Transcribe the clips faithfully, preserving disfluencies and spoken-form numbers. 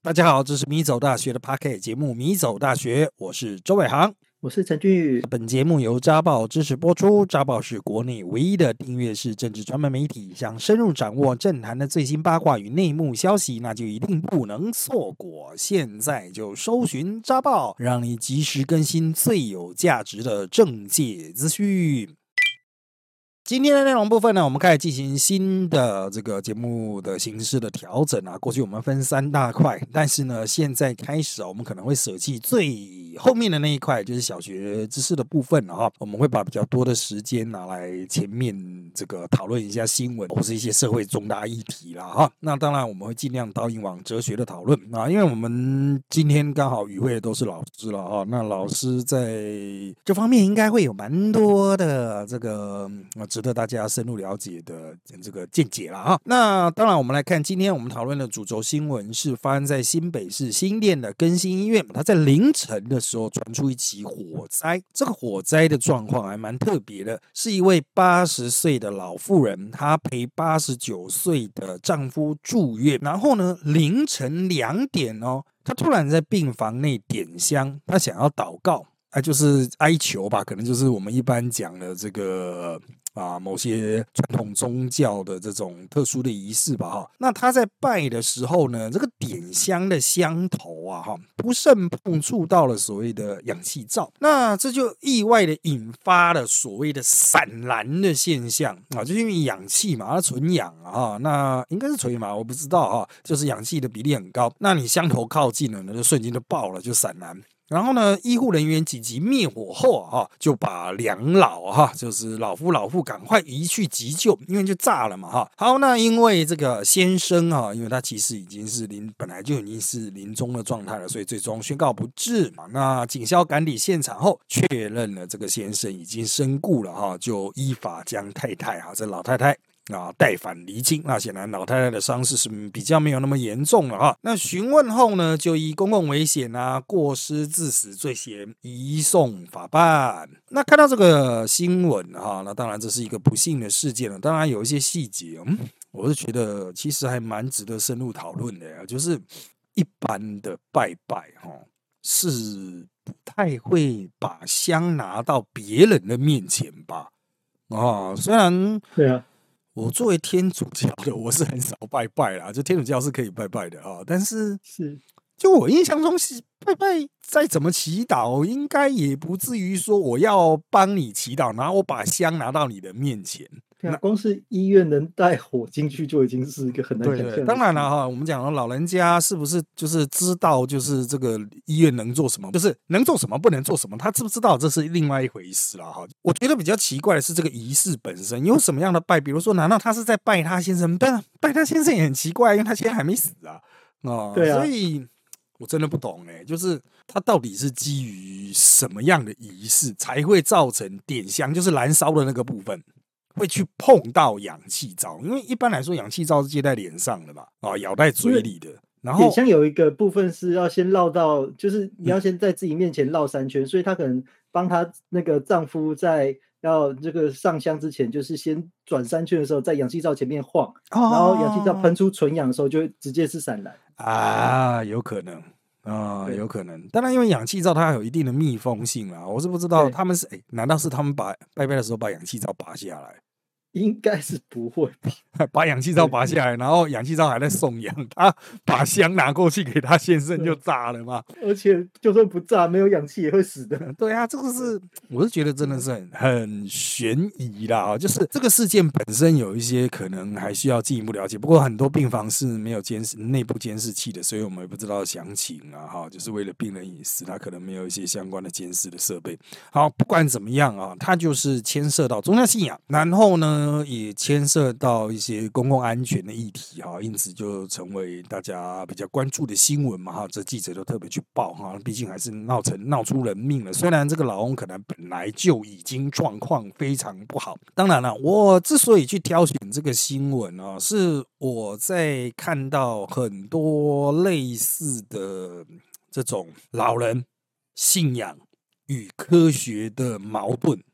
大家好，这是米走大学的 Podcast 节目《米走大学》，我是周伟航， 我是陈俊宇。 本节目由扎报支持播出。扎报是国内唯一的订阅式政治传媒媒体，想深入掌握政坛的最新八卦与内幕消息，那就一定不能错过。现在就搜寻扎报，让你及时更新最有价值的政界资讯。今天的内容部分呢，我们开始进行新的这个节目的形式的调整啊。过去我们分三大块，但是呢，现在开始啊，我们可能会舍弃最后面的那一块，就是小学知识的部分了哈。我们会把比较多的时间拿来前面这个讨论一下新闻或是一些社会重大议题啦哈。那当然我们会尽量导引往哲学的讨论啊，因为我们今天刚好与会的都是老师了哈。那老师在这方面应该会有蛮多的这个啊。值得大家深入了解的这个见解啦哈。那当然，我们来看今天我们讨论的主轴新闻是发生在新北市新店的更新医院，它在凌晨的时候传出一起火灾。这个火灾的状况还蛮特别的，是一位八十岁的老妇人，她陪八十九岁的丈夫住院，然后呢，凌晨两点哦，她突然在病房内点香，她想要祷告。啊，就是哀求吧，可能就是我们一般讲的这个啊，某些传统宗教的这种特殊的仪式吧，哈。那他在拜的时候呢，这个点香的香头啊，哈，不慎碰触到了所谓的氧气罩，那这就意外的引发了所谓的闪燃的现象啊，就是因为氧气嘛，它纯氧啊，那应该是纯嘛，我不知道啊，就是氧气的比例很高，那你香头靠近了呢，就瞬间就爆了，就闪燃。然后呢，医护人员紧急灭火后啊，就把两老哈，就是老夫老妇赶快移去急救，因为就炸了嘛哈。好，那因为这个先生啊，因为他其实已经是临本来就已经是临终的状态了，所以最终宣告不治嘛。那警消赶抵现场后，确认了这个先生已经身故了哈，就依法将太太哈，这老太太。啊，带返厘清。那显然老太太的伤势是比较没有那么严重了哈。那询问后呢，就以公共危险啊、过失致死罪嫌移送法办。那看到这个新闻哈，那当然这是一个不幸的事件了。当然有一些细节，嗯，我是觉得其实还蛮值得深入讨论的，就是一般的拜拜哈，是不太会把香拿到别人的面前吧？啊，虽然对啊。 我作为天主教的，我是很少拜拜啦，就天主教是可以拜拜的啊，但是是就我印象中是拜拜再怎么祈祷，应该也不至于说我要帮你祈祷，然后我把香拿到你的面前。 对啊，光是医院能带火进去就已经是一个很难想象的事。 对对，当然了哈，我们讲了老人家是不是就是知道就是这个医院能做什么，就是能做什么不能做什么，他知不知道这是另外一回事了哈。我觉得比较奇怪的是这个仪式本身有什么样的拜，比如说难道他是在拜他先生？拜拜他先生也很奇怪，因为他现在还没死啊，哦， 对啊， 所以我真的不懂哎、欸，就是他到底是基于什么样的仪式才会造成点香，就是燃烧的那个部分。会去碰到氧气罩，因为一般来说氧气罩是接在脸上的嘛，啊，咬在嘴里的。然后点香有一个部分是要先绕到，就是你要先在自己面前绕三圈，嗯、所以他可能帮他那个丈夫在要这个上香之前，就是先转三圈的时候，在氧气罩前面晃，哦、然后氧气罩喷出纯氧的时候，就会直接是闪燃啊，有可能。啊、呃，有可能。当然，因为氧气罩它有一定的密封性啦，我是不知道他们是哎、欸，难道是他们把拜拜的时候把氧气罩拔下来？ 应该是不会吧？ 把氧气罩拔下来，然后氧气罩还在送氧，他把香拿过去给他先生就炸了嘛。 而且就算不炸，没有氧气也会死的。 对啊，这个是我是觉得真的是很很悬疑啦，就是这个事件本身有一些可能还需要进一步了解。不过很多病房是没有监视内部监视器的，所以我们也不知道详情啊。哈，就是为了病人隐私，他可能没有一些相关的监视的设备。好，不管怎么样啊，它就是牵涉到宗教信仰，然后呢。也牵涉到一些公共安全的议题哈，因此就成为大家比较关注的新闻嘛哈。这记者都特别去报哈，毕竟还是闹成闹出人命了。虽然这个老翁可能本来就已经状况非常不好，当然了，我之所以去挑选这个新闻啊，是我在看到很多类似的这种老人信仰与科学的矛盾。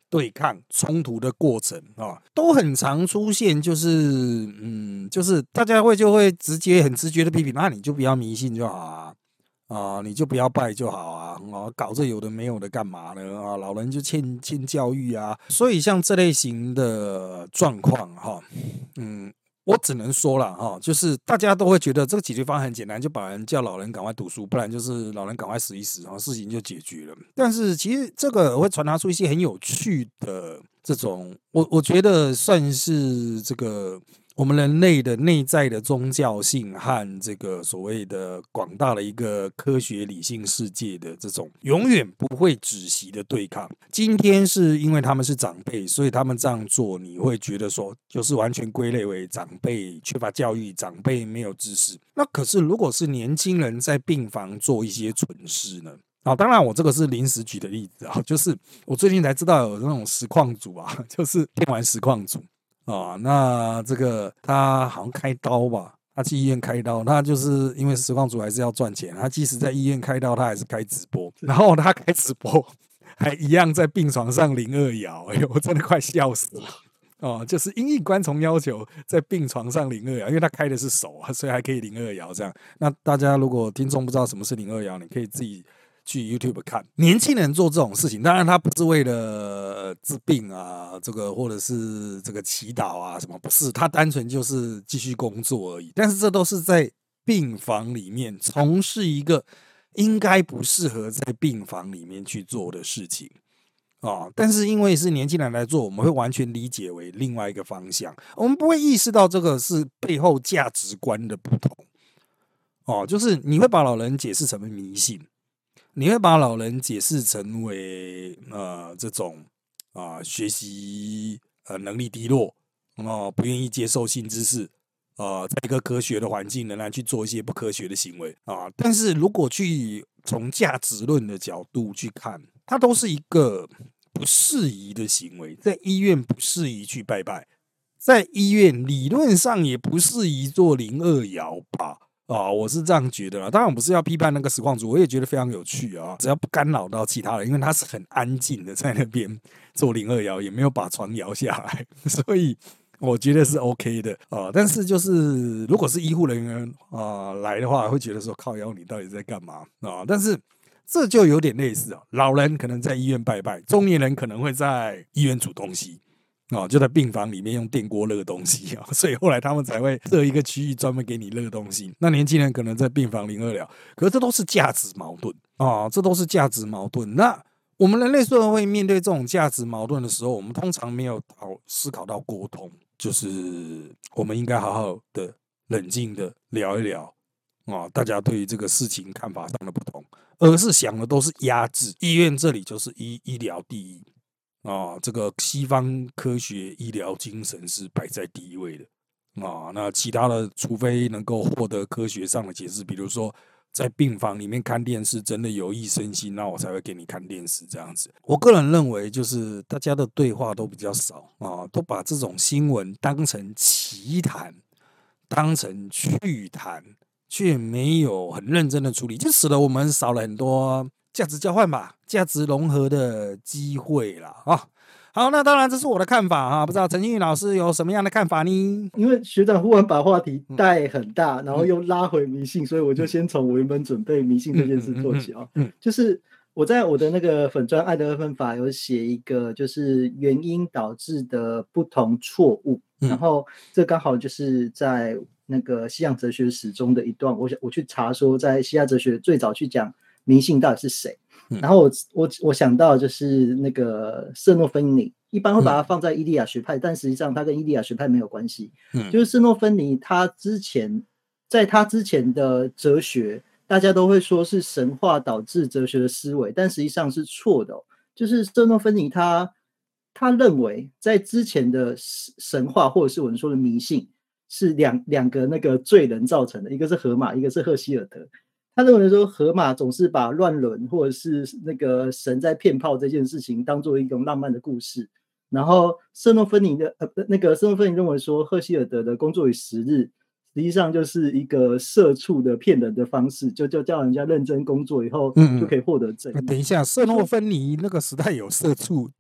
对抗冲突的过程啊，都很常出现，就是嗯，就是大家会就会直接很直觉的批评，那你就不要迷信就好啊。啊，你就不要拜就好啊！啊，搞这有的没有的干嘛呢？啊，老人就欠欠教育啊，所以像这类型的状况哈，嗯，我只能说了哈，就是大家都会觉得这个解决方案很简单，就把人叫老人赶快读书，不然就是老人赶快死一死，然后事情就解决了。但是其实这个会传达出一些很有趣的这种，我我觉得算是这个。我们人类的内在的宗教性和这个所谓的广大的一个科学理性世界的这种永远不会止息的对抗。今天是因为他们是长辈，所以他们这样做，你会觉得说，就是完全归类为长辈缺乏教育，长辈没有知识。那可是如果是年轻人在病房做一些蠢事呢？啊，当然我这个是临时举的例子啊，就是我最近才知道有那种实况组啊，就是电玩实况组。啊，那这个他好像开刀吧，他去医院开刀，他就是因为实况组还是要赚钱，他即使在医院开刀，他还是开直播，然后他开直播还一样在病床上零二摇，哎呦，我真的快笑死了。哦，就是因应观众要求，在病床上零二摇，因为他开的是手啊，所以还可以零二摇这样。那大家如果听众不知道什么是零二摇，你可以自己去 YouTube 看。年轻人做这种事情，当然他不是为了治病啊，这个或者是这个祈祷啊什么，不是，他单纯就是继续工作而已。但是这都是在病房里面从事一个应该不适合在病房里面去做的事情。哦，但是因为是年轻人来做，我们会完全理解为另外一个方向，我们不会意识到这个是背后价值观的不同。哦，就是你会把老人解释成为迷信，你会把老人解释成为呃这种啊、呃、学习呃能力低落哦，不愿意接受新知识。呃，在一个科学的环境，仍然去做一些不科学的行为啊。但是如果去从价值论的角度去看，它都是一个不适宜的行为。在医院不适宜去拜拜，在医院理论上也不适宜做零二爻吧。啊，我是这样觉得啦。当然，我不是要批判那个实况组，我也觉得非常有趣啊。只要不干扰到其他人，因为他是很安静的在那边做零二爻，也没有把床摇下来，所以我觉得是 OK 的啊。但是就是如果是医护人员啊来的话，会觉得说靠腰你到底在干嘛啊？但是这就有点类似啊，老人可能在医院拜拜，中年人可能会在医院煮东西。哦，就在病房里面用电锅热东西啊，所以后来他们才会设一个区域专门给你热东西。那年轻人可能在病房零二疗，可是这都是价值矛盾啊，这都是价值矛盾。那我们人类社会面对这种价值矛盾的时候，我们通常没有好思考到沟通，就是我们应该好好的冷静的聊一聊啊，大家对于这个事情看法上的不同，而是想的都是压制。医院这里就是医医疗第一。啊，这个西方科学医疗精神是摆在第一位的啊。那其他的，除非能够获得科学上的解释，比如说在病房里面看电视真的有益身心，那我才会给你看电视这样子。我个人认为，就是大家的对话都比较少啊，都把这种新闻当成奇谈，当成趣谈，却没有很认真的处理，就使得我们少了很多价值交换吧，价值融合的机会啦啊。好，那当然这是我的看法啊，不知道陈庆宇老师有什么样的看法呢？ 因为学长忽然把话题带很大，嗯、然后又拉回迷信，所以我就先从我原本准备迷信这件事做起啊。嗯嗯嗯嗯、就是我在我的那个粉专爱的二分法有写一个，就是原因导致的不同错误，嗯、然后这刚好就是在那个西洋哲学史中的一段，我我去查说，在西亚哲学最早去讲迷信到底是谁。然后我我我想到就是那个色诺芬尼，一般会把它放在伊利亚学派，嗯、但实际上它跟伊利亚学派没有关系。嗯、就是色诺芬尼他之前在他之前的哲学，大家都会说是神话导致哲学的思维，但实际上是错的，哦。就是色诺芬尼他他认为在之前的神话或者是我们说的迷信是两两个那个罪人造成的，一个是荷马，一个是赫西尔德。他认为说，荷马总是把乱伦或者是那个神在骗炮这件事情当做一种浪漫的故事，然后色诺芬尼的呃那个色诺芬尼认为说，赫西尔德的工作与时日实际上就是一个社畜的骗人的方式，就就叫人家认真工作以后就可以获得正义。 嗯、等一下，色诺芬尼那个时代有社畜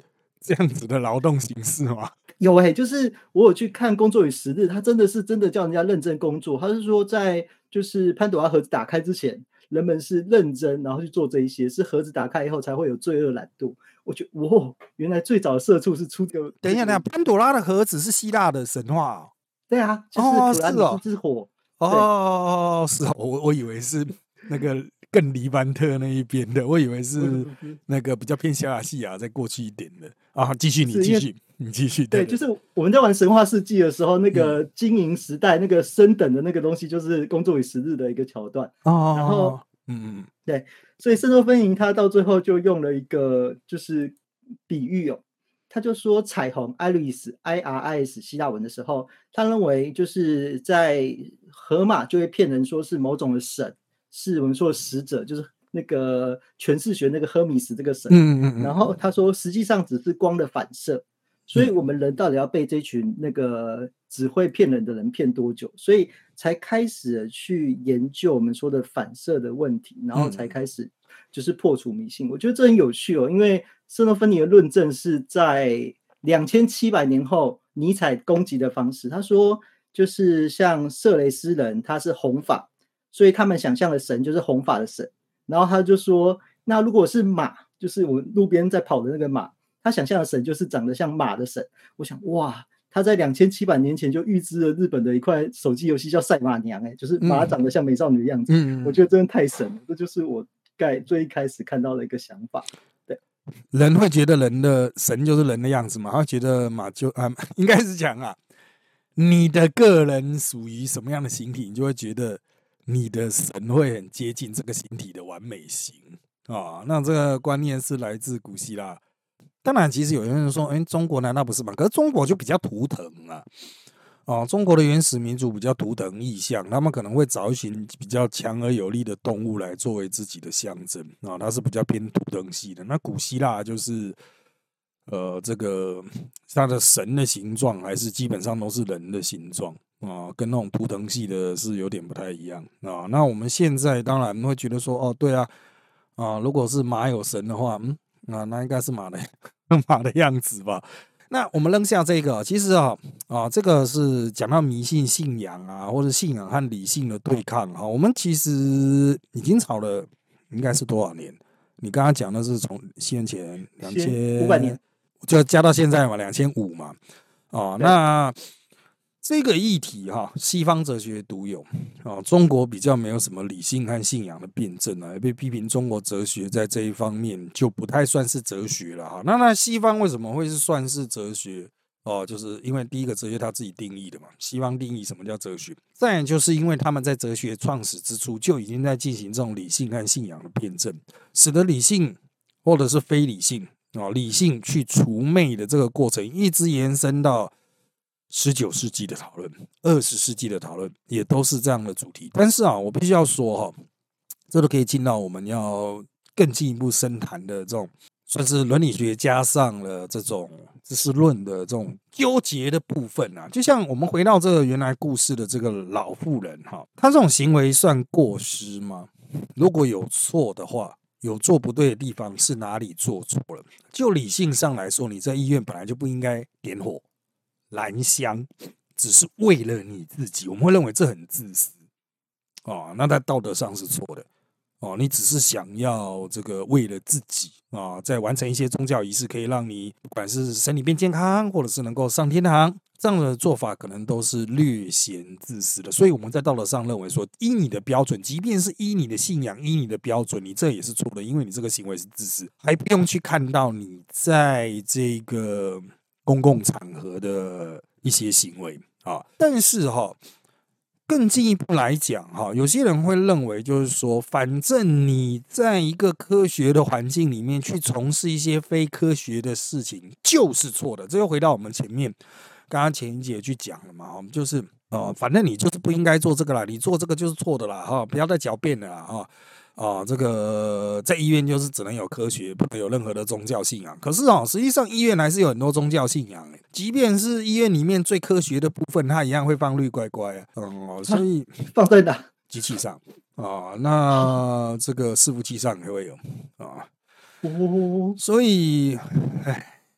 这样子的劳动形式吗？ 有哎、欸，就是我有去看《工作与时日》，他真的是真的叫人家认真工作。他是说，在就是潘朵拉盒子打开之前，人们是认真，然后去做这一些，是盒子打开以后才会有罪恶懒惰。我觉得，哇，原来最早的社畜是出这个。 等一下，等一下，潘朵拉的盒子是希腊的神话哦。 对啊，就是哦， 普拉米是哦， 斯之火。 哦，是哦，我我以为是那个更黎班特那一边的，我以为是那个比较偏小亚细亚再过去一点的啊。继续，你继续，你继续。 对， 对， 就是我们在玩神话世纪的时候，那个经营时代、嗯、那个升等的那个东西，就是工作与时日的一个桥段。 哦， 然后， 嗯嗯， 对，所以圣多芬营他到最后就用了一个就是比喻哦，他就说彩虹 Iris I R I S 希腊文的时候，他认为就是在荷马就会骗人说是某种的神，是我们说的使者，就是那个诠释学那个赫米斯这个神。 嗯嗯嗯， 然后他说实际上只是光的反射。所以我们人到底要被这群那个只会骗人的人骗多久？所以才开始去研究我们说的反射的问题，然后才开始就是破除迷信。我觉得这很有趣哦，因为圣多芬尼的论证是在两千七百年后尼采攻击的方式。他说，就是像色雷斯人，他是红发，所以他们想象的神就是红发的神。然后他就说，那如果是马，就是我路边在跑的那个马。他想象的神就是长得像马的神。我想，哇，他在两千七百年前就预知了日本的一块手机游戏叫赛马娘、欸，就是马长得像美少女的样子。嗯、我觉得真的太神了，这就是我盖最一开始看到的一个想法。对， 人会觉得人的神就是人的样子嘛，他会觉得马就啊，应该是讲啊，你的个人属于什么样的形体，你就会觉得你的神会很接近这个形体的完美型啊。那这个观念是来自古希腊。当然，其实有人说，哎、欸，中国难道不是吗？可是中国就比较图腾啊，哦，中国的原始民族比较图腾意象，他们可能会找一群比较强而有力的动物来作为自己的象征啊，它是比较偏图腾系的。那古希腊就是，呃，这个它的神的形状还是基本上都是人的形状啊，跟那种图腾系的是有点不太一样啊。那我们现在当然会觉得说，哦，对啊，啊，如果是马有神的话，嗯。啊，那应该是马的马的样子吧。那我们扔下这个，其实啊啊，这个是讲到迷信信仰啊，或者信仰和理性的对抗啊。我们其实已经吵了，应该是多少年？你刚刚讲的是从西元前两千五百年， 就加到现在嘛，两千五嘛。哦，那这个议题哈，西方哲学独有啊，中国比较没有什么理性和信仰的辩证啊，也被批评中国哲学在这一方面就不太算是哲学了哈。那那西方为什么会是算是哲学？哦，就是因为第一个哲学他自己定义的嘛，西方定义什么叫哲学，再来就是因为他们在哲学创始之初就已经在进行这种理性和信仰的辩证，使得理性或者是非理性啊，理性去除魅的这个过程一直延伸到十九世纪的讨论，二十世纪的讨论也都是这样的主题。但是啊，我必须要说哈，这都可以进到我们要更进一步深谈的这种，算是伦理学加上了这种知识论的这种纠结的部分啊。就像我们回到这个原来故事的这个老妇人哈，她这种行为算过失吗？如果有错的话，有做不对的地方是哪里做错了？就理性上来说，你在医院本来就不应该点火燃香，只是为了你自己，我们会认为这很自私哦。那在道德上是错的哦。你只是想要这个为了自己啊，在完成一些宗教仪式，可以让你不管是身体变健康，或者是能够上天堂，这样的做法可能都是略显自私的。所以我们在道德上认为说，依你的标准，即便是依你的信仰，依你的标准，你这也是错的，因为你这个行为是自私，还不用去看到你在这个公共场合的一些行为啊。但是哈，更进一步来讲哈，有些人会认为就是说，反正你在一个科学的环境里面去从事一些非科学的事情就是错的。这又回到我们前面刚刚前一节去讲了嘛，我们就是呃，反正你就是不应该做这个啦，你做这个就是错的啦哈，不要再狡辩了啦哈。啊，这个在医院就是只能有科学，不能有任何的宗教信仰。可是啊，实际上医院还是有很多宗教信仰诶，即便是医院里面最科学的部分，它一样会放绿乖乖啊。嗯，所以放在哪？ 机器上啊，那这个伺服器上也会有啊。 哦， 所以，哎，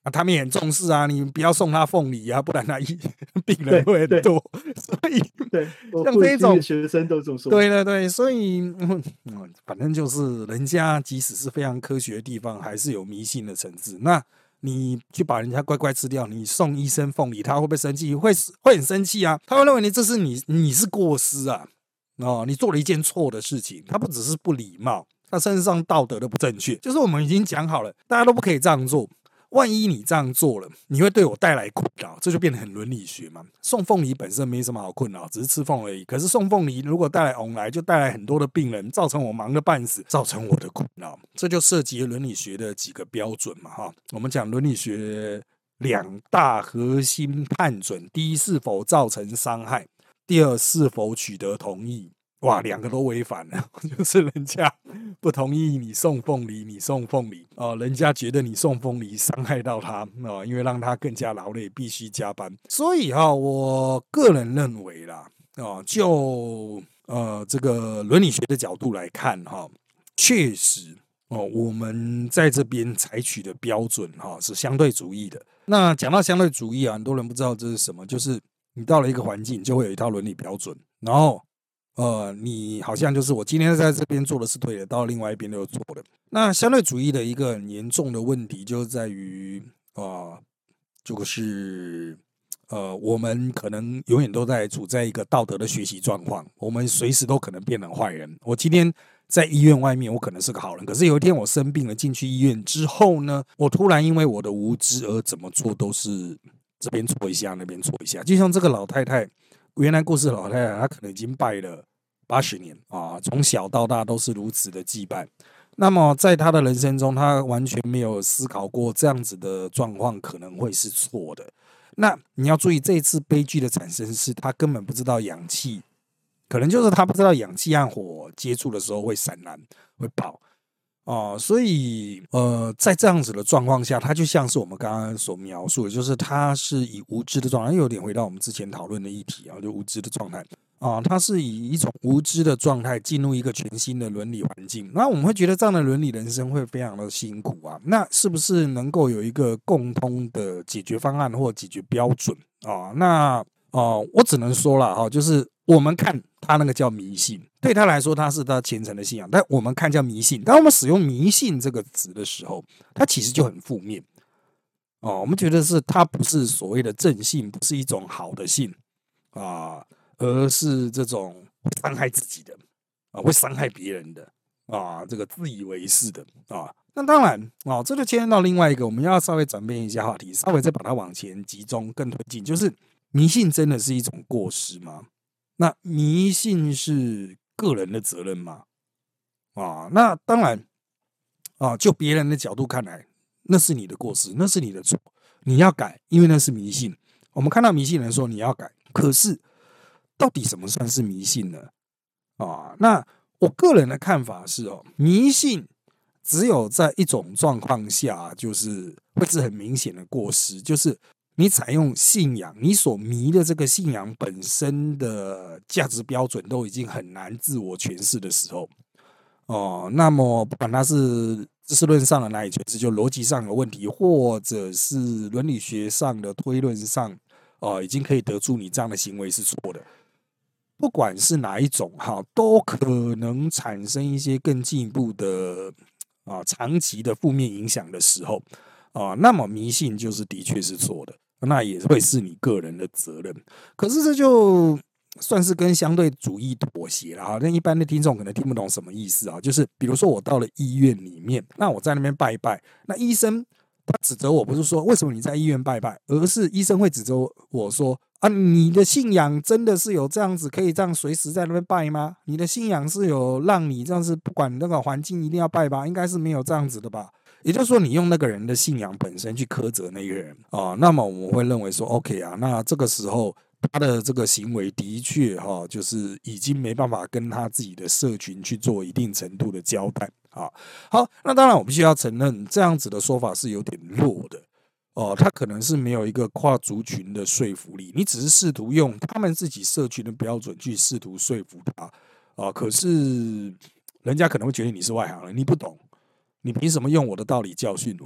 啊，他们也很重视啊，你不要送他凤梨啊，不然他病人会很多。所以对，我像这种学生都这么说。 对对对，所以、嗯、反正就是人家即使是非常科学的地方，还是有迷信的层次。那你去把人家乖乖吃掉，你送医生凤梨，他会不会生气？会会很生气啊！他会认为你这是你你是过失啊，哦，你做了一件错的事情，他不只是不礼貌，他甚至上道德的不正确。就是我们已经讲好了，大家都不可以这样做。万一你这样做了，你会对我带来困扰，这就变得很伦理学嘛。送凤梨本身没什么好困扰，只是吃凤而已。可是送凤梨如果带来翁来，就带来很多的病人，造成我忙得半死，造成我的困扰，这就涉及了伦理学的几个标准嘛。哈，我们讲伦理学两大核心判准：第一，是否造成伤害；第二，是否取得同意。哇，两个都违反了，就是人家不同意你送凤梨，你送凤梨哦、呃，人家觉得你送凤梨伤害到他哦、呃，因为让他更加劳累，必须加班。所以哈、哦，我个人认为啦，哦、呃，就呃这个伦理学的角度来看哈、哦，确实哦，我们在这边采取的标准哈、哦、是相对主义的。那讲到相对主义啊，很多人不知道这是什么，就是你到了一个环境，就会有一套伦理标准，然后。呃，你好像就是我今天在这边做的是对的，到另外一边就错的。那相对主义的一个很严重的问题，就是在于啊、呃，就是呃，我们可能永远都在处在一个道德的学习状况，我们随时都可能变成坏人。我今天在医院外面，我可能是个好人，可是有一天我生病了，进去医院之后呢，我突然因为我的无知而怎么做都是这边错一下，那边错一下。就像这个老太太。原来故事的老太太，她可能已经拜了八十年啊，从小到大都是如此的祭拜。那么在她的人生中，她完全没有思考过这样子的状况可能会是错的。那你要注意，这一次悲剧的产生是她根本不知道氧气，可能就是她不知道氧气和火接触的时候会闪燃、会爆。哦，所以呃，在这样子的状况下，他就像是我们刚刚所描述的，就是他是以无知的状态，又有点回到我们之前讨论的议题啊，就无知的状态啊，他是以一种无知的状态进入一个全新的伦理环境，那我们会觉得这样的伦理人生会非常的辛苦啊，那是不是能够有一个共通的解决方案或解决标准啊？那哦、呃，我只能说了哈，就是我们看他那个叫迷信，对他来说他是他虔诚的信仰，但我们看叫迷信。当我们使用迷信这个词的时候，它其实就很负面哦。我们觉得是它不是所谓的正信，不是一种好的信啊，而是这种伤害自己的啊，会伤害别人的啊，这个自以为是的啊。那当然啊，这就牵涉到另外一个，我们要稍微转变一下话题，稍微再把它往前集中更推进，就是迷信真的是一种过失吗？那迷信是个人的责任吗？啊，那当然啊，就别人的角度看来，那是你的过失，那是你的错，你要改，因为那是迷信。我们看到迷信人说你要改，可是到底什么算是迷信呢？啊，那我个人的看法是哦，迷信只有在一种状况下，就是会是很明显的过失，就是你采用信仰，你所迷的这个信仰本身的价值标准都已经很难自我诠释的时候，哦，那么不管它是知识论上的哪里诠释，就逻辑上有问题，或者是伦理学上的推论上，哦，已经可以得出你这样的行为是错的。不管是哪一种哈，都可能产生一些更进一步的啊长期的负面影响的时候啊，那么迷信就是的确是错的，那也会是你个人的责任。可是这就算是跟相对主义妥协了哈。那一般的听众可能听不懂什么意思啊，就是比如说我到了医院里面，那我在那边拜一拜，那医生他指责我不是说为什么你在医院拜拜，而是医生会指责我说啊，你的信仰真的是有这样子可以这样随时在那边拜吗？你的信仰是有让你这样子不管那个环境一定要拜吧？应该是没有这样子的吧？也就是说，你用那个人的信仰本身去苛责那个人啊，那么我们会认为说 ，OK 啊，那这个时候他的这个行为的确哈，就是已经没办法跟他自己的社群去做一定程度的交代啊。好，那当然我必须要承认，这样子的说法是有点弱的。哦，他可能是没有一个跨族群的说服力，你只是试图用他们自己社群的标准去试图说服他啊，可是人家可能会觉得你是外行人，你不懂，你凭什么用我的道理教训我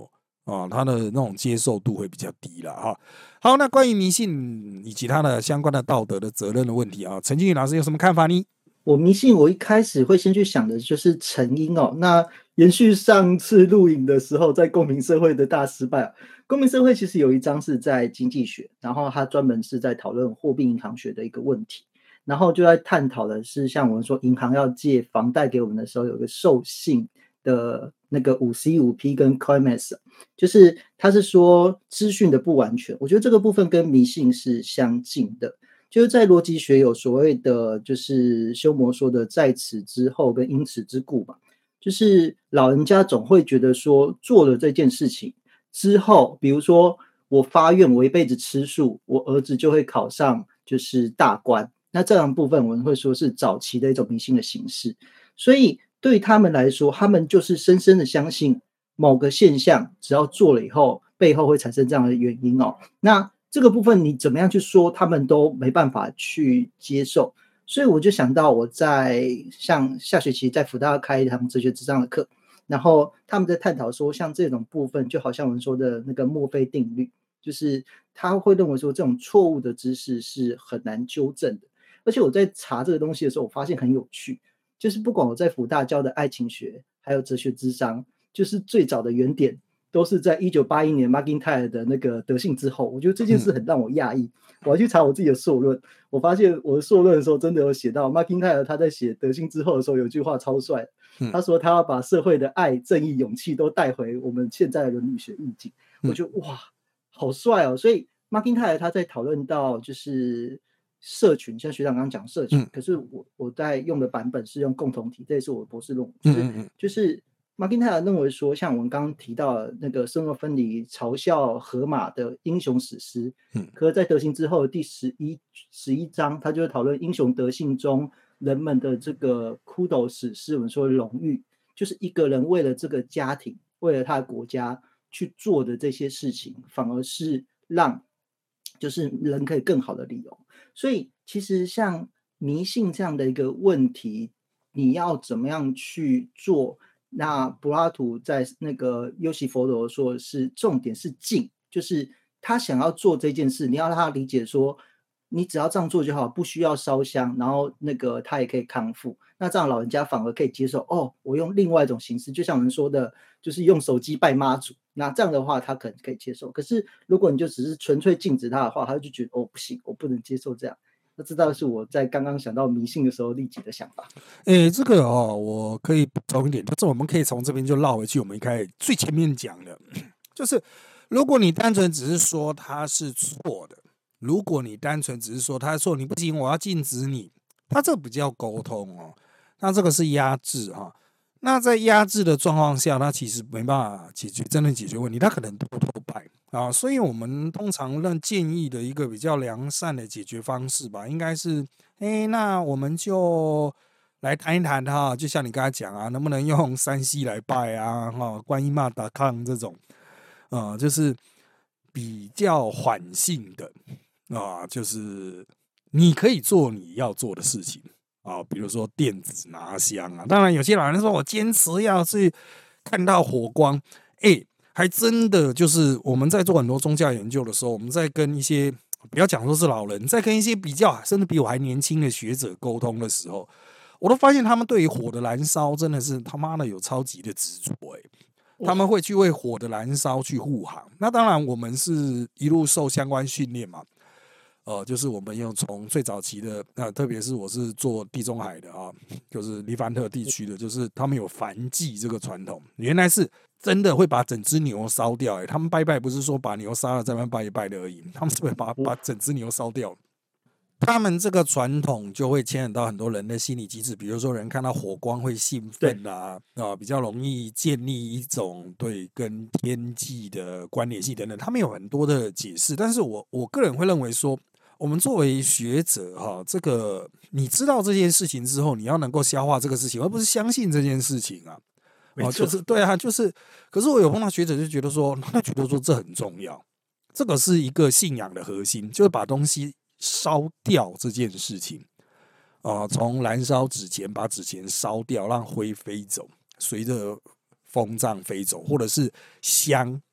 哦，他的那种接受度会比较低了哈。好，那关于迷信以及他的相关的道德的责任的问题啊，陈金宇老师有什么看法呢？ 我迷信，我一开始会先去想的就是成因哦。那延续上次录影的时候，在公民社会的大失败，公民社会其实有一章是在经济学，然后它专门是在讨论货币银行学的一个问题，然后就在探讨的是，像我们说银行要借房贷给我们的时候，有个授信的那个五 C 五 P 跟 C O I M E S， 就是它是说资讯的不完全，我觉得这个部分跟迷信是相近的。就是在逻辑学有所谓的，就是修谟说的在此之后跟因此之故嘛，就是老人家总会觉得说做了这件事情之后，比如说我发愿我一辈子吃素，我儿子就会考上就是大官，那这样部分我们会说是早期的一种迷信的形式，所以对他们来说，他们就是深深的相信某个现象只要做了以后，背后会产生这样的原因哦。那这个部分你怎么样去说，他们都没办法去接受，所以我就想到我在像下学期在辅大开一堂哲学智商的课，然后他们在探讨说，像这种部分，就好像我们说的那个墨菲定律，就是他会认为说这种错误的知识是很难纠正的。而且我在查这个东西的时候，我发现很有趣，就是不管我在辅大教的爱情学，还有哲学智商，就是最早的原点都是在一九八一年 McIntyre 的那个德性之后，我觉得这件事很让我讶异。我要去查我自己的硕论，我发现我的硕论的时候真的有写到 McIntyre 他在写德性之后的时候有句话超帅，他说他要把社会的爱、正义、勇气都带回我们现在的伦理学意境。我觉得哇，好帅哦！所以 McIntyre 他在讨论到就是社群，像学长刚刚讲社群， 嗯可是我我在用的版本是用共同体，这也是我的博士论文，就是、 嗯嗯就是马丁泰尔认为说，像我们刚刚提到的那个生活分离嘲笑荷马的英雄史诗， 嗯可是在德行之后第十一十一章，他就会讨论英雄德性中人们的这个骷髅史诗，我们说荣誉，就是一个人为了这个家庭，为了他的国家去做的这些事情，反而是让就是人可以更好的理由。所以其实像迷信这样的一个问题，你要怎么样去做？那柏拉图在那个优西佛罗说的是重点是静，就是他想要做这件事，你要让他理解说，你只要这样做就好，不需要烧香，然后那个他也可以康复。那这样老人家反而可以接受哦，我用另外一种形式，就像我们说的，就是用手机拜妈祖。那这样的话，他可能可以接受。可是如果你就只是纯粹禁止他的话，他就觉得哦不行，我不能接受这样。那这倒是我在刚刚想到迷信的时候立即的想法。 诶，这个哦，我可以补充一点，就是我们可以从这边就绕回去，我们一开始最前面讲的，就是如果你单纯只是说他是错的，如果你单纯只是说他错，你不行，我要禁止你，他这不叫沟通哦，那这个是压制哈、哦。那在压制的状况下，他其实没办法解决真的解决问题，他可能偷偷败啊。所以我们通常认建议的一个比较良善的解决方式吧，应该是，哎，那我们就来谈一谈哈，就像你刚才讲啊，能不能用三 C 来拜啊，哈，观音妈打抗这种，啊，就是比较缓性的啊，就是你可以做你要做的事情。啊，比如说电子拿香啊，当然有些老人说我坚持要去看到火光，哎、欸，还真的就是我们在做很多宗教研究的时候，我们在跟一些不要讲说是老人，在跟一些比较甚至比我还年轻的学者沟通的时候，我都发现他们对于火的燃烧真的是他妈的有超级的执着，哎，他们会去为火的燃烧去护航。那当然，我们是一路受相关训练嘛。呃，就是我们用从最早期的，那、呃、特别是我是做地中海的啊，就是黎凡特地区的，就是他们有燔祭这个传统，原来是真的会把整只牛烧掉、欸。他们拜拜不是说把牛杀了再拜一拜的而已，他们是会把把整只牛烧掉。他们这个传统就会牵扯到很多人的心理机制，比如说人看到火光会兴奋啊，啊，比较容易建立一种对跟天际的关联性等等，他们有很多的解释。但是我我个人会认为说，我们作为学者哈，这个你知道这件事情之后，你要能够消化这个事情，而不是相信这件事情啊。哦，就是对啊，就是。可是我有碰到学者就觉得说，他觉得说这很重要，这个是一个信仰的核心，就是把东西烧掉这件事情啊、呃，从燃烧纸钱把纸钱烧掉，让灰飞走，随着风葬飞走，或者是香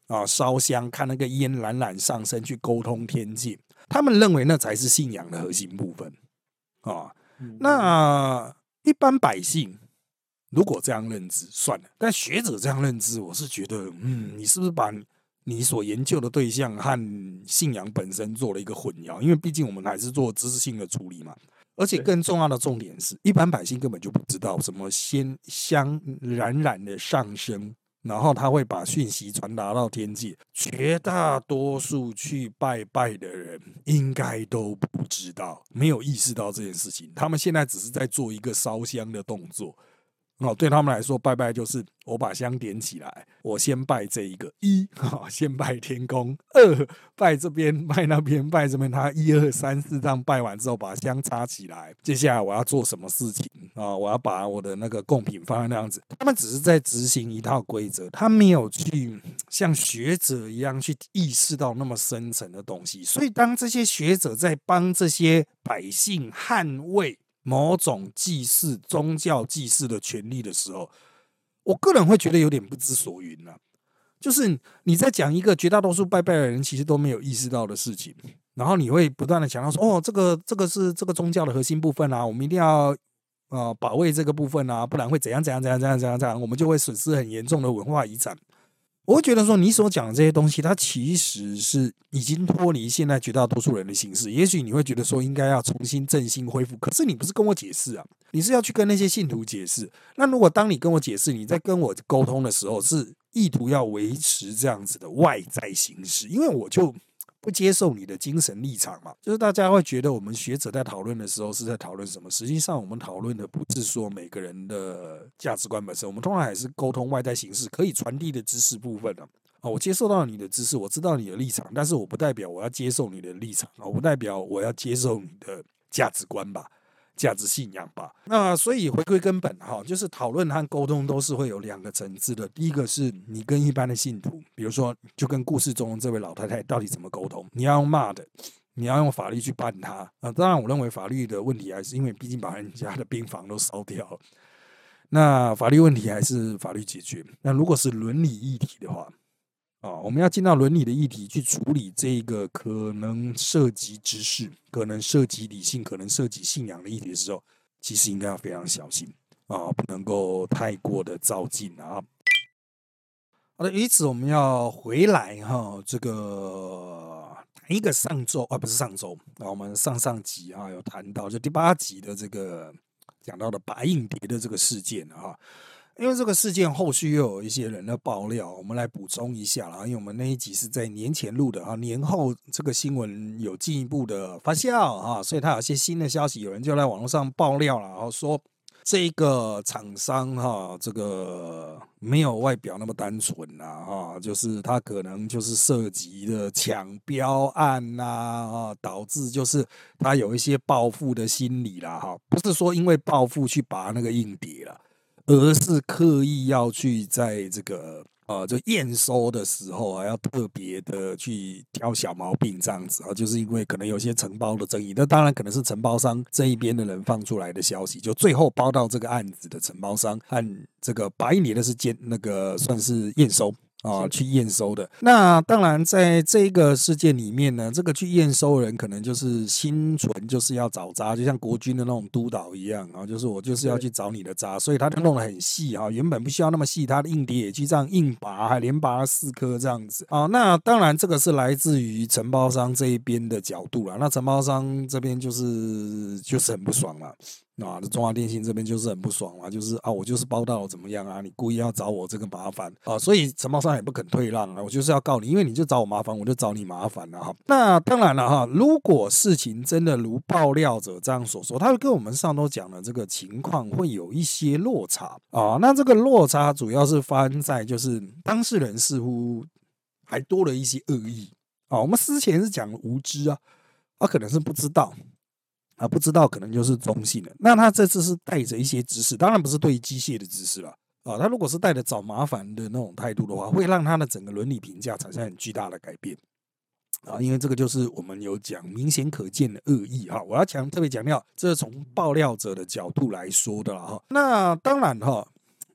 啊，烧香看那个烟冉冉上升去沟通天界，他们认为那才是信仰的核心部分啊。那一般百姓如果这样认知算了，但学者这样认知，我是觉得，嗯，你是不是把你所研究的对象和信仰本身做了一个混淆？因为毕竟我们还是做知识性的处理嘛。而且更重要的重点是，一般百姓根本就不知道什么仙香冉冉的上升，然后他会把讯息传达到天界。绝大多数去拜拜的人应该都不知道，没有意识到这件事情。他们现在只是在做一个烧香的动作。哦，对他们来说，拜拜就是我把香点起来，我先拜这一个一，哦，先拜天公；二拜这边，拜那边，拜这边。他一二三四这样拜完之后，把香插起来。接下来我要做什么事情啊？我要把我的那个贡品放在那样子。他们只是在执行一套规则，他没有去像学者一样去意识到那么深层的东西。所以，当这些学者在帮这些百姓捍卫某种祭祀、宗教祭祀的权利的时候，我个人会觉得有点不知所云啊。就是你在讲一个绝大多数拜拜的人其实都没有意识到的事情，然后你会不断的强调说，哦，这个这个是这个宗教的核心部分啊，我们一定要呃保卫这个部分啊，不然会怎样怎样怎样怎样怎样怎样，我们就会损失很严重的文化遗产。我会觉得说，你所讲的这些东西，它其实是已经脱离现在绝大多数人的形式。也许你会觉得说，应该要重新振兴恢复，可是你不是跟我解释啊，你是要去跟那些信徒解释。那如果当你跟我解释，你在跟我沟通的时候，是意图要维持这样子的外在形式，因为我就不接受你的精神立场嘛。就是大家会觉得我们学者在讨论的时候是在讨论什么？实际上我们讨论的不是说每个人的价值观本身，我们通常还是沟通外在形式可以传递的知识部分啊。啊，我接受到你的知识，我知道你的立场，但是我不代表我要接受你的立场啊，我不代表我要接受你的价值观吧。价值信仰吧。那所以回归根本哈，就是讨论和沟通都是会有两个层次的。第一个是你跟一般的信徒，比如说就跟故事中的这位老太太到底怎么沟通，你要用骂的，你要用法律去办他啊。当然，我认为法律的问题还是因为毕竟把人家的病房都烧掉了，那法律问题还是法律解决。那如果是伦理议题的话，啊，我们要进到伦理的议题去处理这个可能涉及知识、可能涉及理性、可能涉及信仰的议题的时候，其实应该要非常小心啊，不能够太过的照进啊。好的，于此我们要回来哈，这个谈一个上周啊，不是上周啊，我们上上集啊有谈到，就第八集的这个讲到的白硬碟的这个事件啊。因为这个事件后续又有一些人的爆料，我们来补充一下啦。因为我们那一集是在年前录的啊，年后这个新闻有进一步的发酵啊，所以它有一些新的消息，有人就在网络上爆料了，然后说这个厂商哈，这个没有外表那么单纯啦哈，就是他可能就是涉及的抢标案呐啊，导致就是他有一些报复的心理啦哈，不是说因为报复去拔那个硬碟啦。而是刻意要去在这个呃，就验收的时候啊，要特别的去挑小毛病这样子啊，就是因为可能有些承包的争议，那当然可能是承包商这一边的人放出来的消息，就最后包到这个案子的承包商和这个白银的是监那个算是验收。啊，去验收的。那当然，在这个事件里面呢，这个去验收的人可能就是心存就是要找渣，就像国军的那种督导一样啊，就是我就是要去找你的渣，所以他就弄得很细啊。原本不需要那么细，他的硬碟也去这样硬拔，还连拔了四颗这样子啊。那当然，这个是来自于承包商这一边的角度啦。那承包商这边就是就是很不爽嘛。啊，中华电信这边就是很不爽嘛，就是啊，我就是包到怎么样啊，你故意要找我这个麻烦啊，所以承包商也不肯退让啊，我就是要告你，因为你就找我麻烦，我就找你麻烦了哈。那当然了哈，如果事情真的如爆料者这样所说，他会跟我们上周讲的这个情况会有一些落差啊。那这个落差主要是发生在就是当事人似乎还多了一些恶意啊。我们之前是讲无知啊，他、啊、可能是不知道。啊，不知道可能就是中性的。那他这次是带着一些知识，当然不是对于机械的知识了啊。他如果是带着找麻烦的那种态度的话，会让他的整个伦理评价产生很巨大的改变啊。因为这个就是我们有讲明显可见的恶意哈。我要强特别强调，这是从爆料者的角度来说的了哈。那当然哈，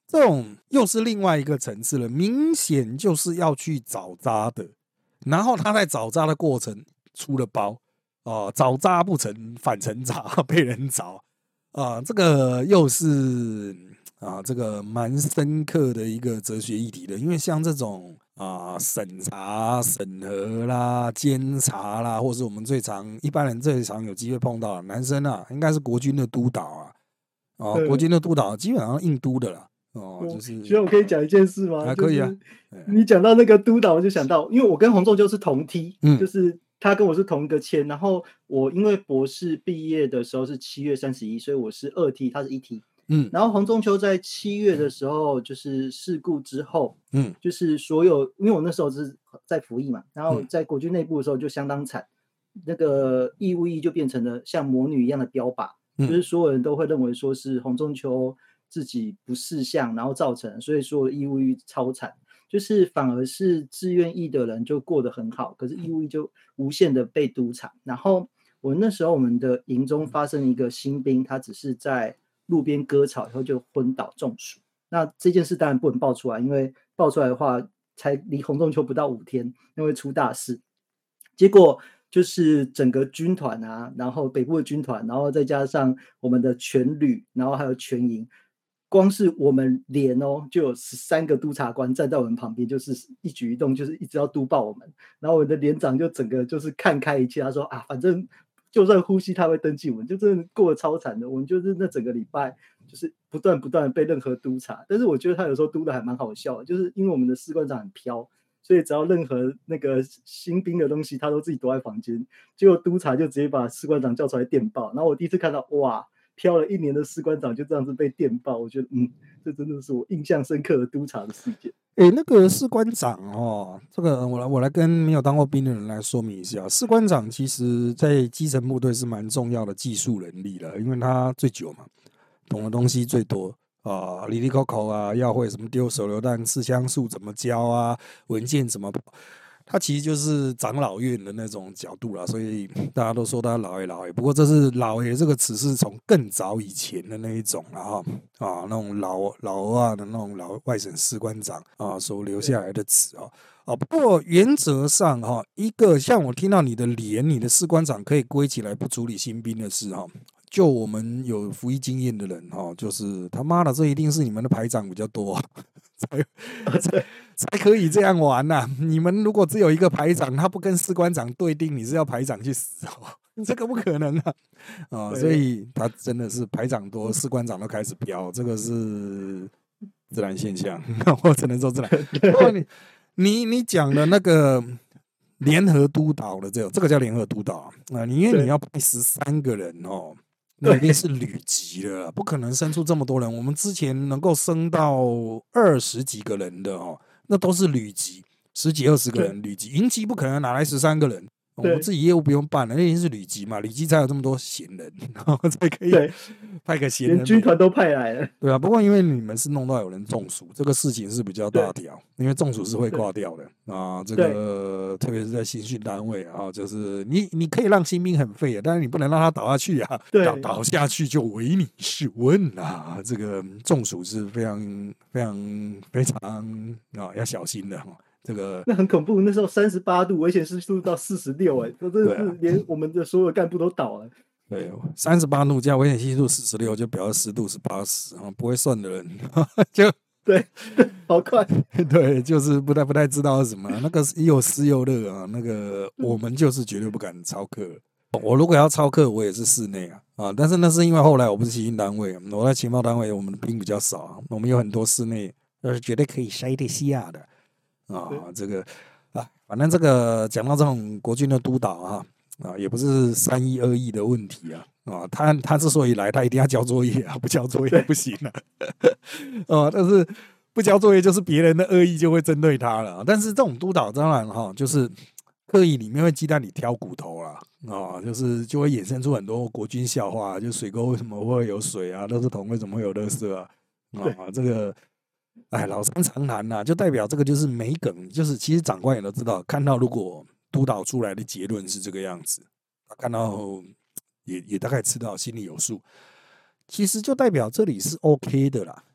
这种又是另外一个层次了，明显就是要去找渣的，然后他在找渣的过程出了包，哦、找渣不成反成渣，被人找啊、这个又是啊，这个蛮深刻的一个哲学议题的，因为像这种啊审查、审核啦、监察啦，或是我们最常一般人最常有机会碰到的男生啊，应该是国军的督导啊，哦，国嗯， 军的督导基本上印督的啦，哦，就我是需要我可以讲一件事吗？ 还可以啊， 就是哎你讲到那个督导，我就想到，因为我跟洪仲秋是同梯， 嗯就是他跟我是同一个签，然后我因为博士毕业的时候是七月三十一，所以我是二梯，他是一梯。 嗯然后洪仲秋在七月的时候，就是事故之后， 嗯就是所有，因为我那时候是在服役嘛，然后嗯在国军内部的时候就相当惨，那个义务役就变成了像魔女一样的标靶，就嗯是所有人都会认为说是洪仲秋自己不识相，然后造成，所以所有的义务役超惨，就是反而是志愿役的人就过得很好，可是义务役就无限的被督查。然后我那时候我们的营中发生一个新兵，他只是在路边割草以后就昏倒中暑。那这件事当然不能爆出来，因为爆出来的话，才离洪仲秋不到五天，那会出大事。结果就是整个军团啊，然后北部的军团，然后再加上我们的全旅，然后还有全营，光是我们连哦，就有十三个督察官站在我们旁边，就是一举一动就是一直要督报我们。然后我们的连长就整个就是看开一切，他说啊，反正就算呼吸他会登记我们，就真的过得超惨的。我们就是那整个礼拜就是不断不断的被任何督察，但是我觉得他有时候督的还蛮好笑的，就是因为我们的士官长很飘。所以只要任何那个新兵的东西，他都自己躲在房间。结果督察就直接把士官长叫出来电报。然后我第一次看到，哇，飘了一年的士官长就这样子被电报，我觉得，嗯，这真的是我印象深刻的督察的事件。 诶，那个士官长哦，这个我来我来跟没有当过兵的人来说明一下，士官长其实在基层部队是蛮重要的技术能力的，因为他最久嘛，懂的东西最多啊，里里口口啊，要会什么丢手榴弹、刺枪术怎么教啊，文件怎么跑，他其实就是长老院的那种角度啦，所以大家都说他老爷老爷。不过这是老爷这个词是从更早以前的那一种啦哈啊，那种老老二的那种老外省士官长啊所留下来的词啊。啊，不过原则上哈，一个像我听到你的连，你的士官长可以归起来不处理新兵的事哈。就我们有服役经验的人哈，就是他妈的，这一定是你们的排长比较多、啊，才才才可以这样玩呐、啊。你们如果只有一个排长，他不跟士官长对定，你是要排长去死哦，这个不可能啊！啊、所以他真的是排长多，士官长都开始飙，这个是自然现象，我只能说自然。不过你你你讲的那个。联合督导的这种，这个叫联合督导啊，呃你因为你要派十三个人哦，那一定是旅级的啦，不可能生出这么多人。我们之前能够升到二十几个人的哦，那都是旅级，十几二十个人旅级，营级不可能拿来十三个人。我们自己业务不用办了，那已经是旅级嘛，旅级才有这么多闲人，然后才可以派个闲人， 连军团都派来了。 对啊，不过因为你们是弄到有人中暑，这个事情是比较大条，因为中暑是会挂掉的啊。这个特别是在新训单位啊，就是你你可以让新兵很废啊，但是你不能让他倒下去啊，倒倒下去就唯你是问啊。这个中暑是非常非常非常啊要小心的哈。这个那很恐怖，那时候三十八度，危险系数到四十六，哎，这真的是连我们的所有干部都倒了。 对，三十八度加危险系数四十六，就表示湿度是八十啊，不会算的人就对，好快。 对，就是不太不太知道是什么，那个又湿又热啊，那个我们就是绝对不敢操课。我如果要操课，我也是室内啊啊，但是那是因为后来我不是情报单位，我在情报单位，我们的兵比较少啊，我们有很多室内，那是绝对可以塞得下的。啊，这个啊，反正这个讲到这种国军的督导啊，啊，也不是三一二意的问题啊，啊，他他之所以来，他一定要交作业啊，不交作业不行啊，啊，但是不交作业就是别人的恶意就会针对他了。但是这种督导当然哈，就是刻意里面会鸡蛋里挑骨头啦，啊，就是就会衍生出很多国军笑话，就水沟为什么会有水啊，垃圾桶为什么会有垃圾啊，啊，这个。哎，老生常谈呐、啊，就代表这个就是没梗，就是其实长官也都知道，看到如果督导出来的结论是这个样子，看到也也大概知道心里有数，其实就代表这里是 OK 的啦，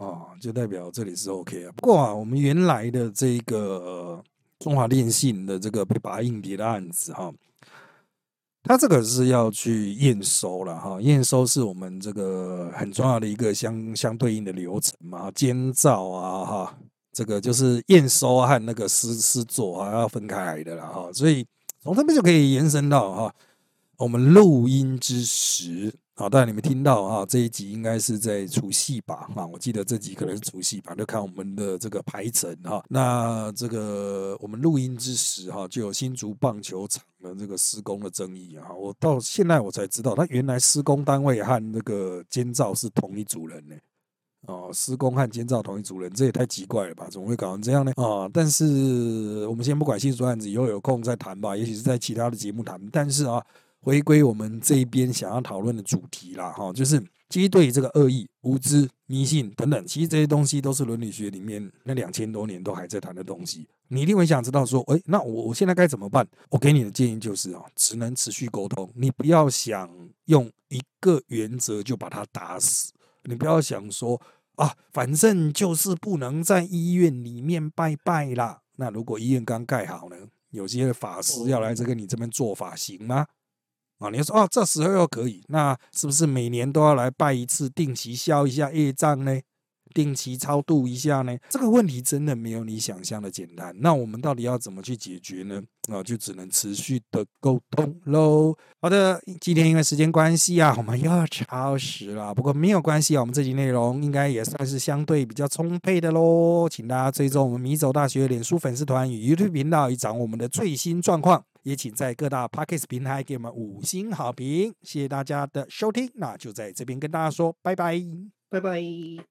哦，就代表这里是 OK 啊。不过啊，我们原来的这个、呃、中华电信的这个被拔硬碟的案子哈，它这个是要去验收了哈，验收是我们这个很重要的一个相相对应的流程嘛，监造啊哈，这个就是验收和那个施施作啊要分开来的啦哈，所以从这边就可以延伸到哈，我们录音之时。好，当然你们听到啊，这一集应该是在除夕吧？啊，我记得这集可能是除夕吧，就看我们的这个排程哈。那这个我们录音之时哈，就有新竹棒球场的这个施工的争议啊。我到现在我才知道，他原来施工单位和那个监造是同一组人呢。哦，施工和监造同一组人，这也太奇怪了吧？怎么会搞成这样呢？啊，但是我们先不管新竹案子，以后有空再谈吧，也许是在其他的节目谈。但是啊。回归我们这一边想要讨论的主题啦，哈，就是其实对于这个恶意、无知、迷信等等，其实这些东西都是伦理学里面那两千多年都还在谈的东西。你一定会想知道说，哎、欸，那我我现在该怎么办？我给你的建议就是啊，只能持续沟通，你不要想用一个原则就把它打死，你不要想说啊，反正就是不能在医院里面拜拜啦。那如果医院刚盖好呢，有些法师要来这个你这边做法行吗？啊，你说哦，这时候又可以，那是不是每年都要来拜一次，定期消一下业障呢？定期超度一下呢？这个问题真的没有你想象的简单。那我们到底要怎么去解决呢？啊，就只能持续的沟通喽。好的，今天因为时间关系啊，我们又要超时了。不过没有关系啊，我们这集内容应该也算是相对比较充沛的喽。请大家追踪我们米走大学脸书粉丝团与 YouTube 频道，以掌握我们的最新状况。也请在各大 Podcast 平台给我们五星好评，谢谢大家的收听。那就在这边跟大家说拜拜， 拜拜。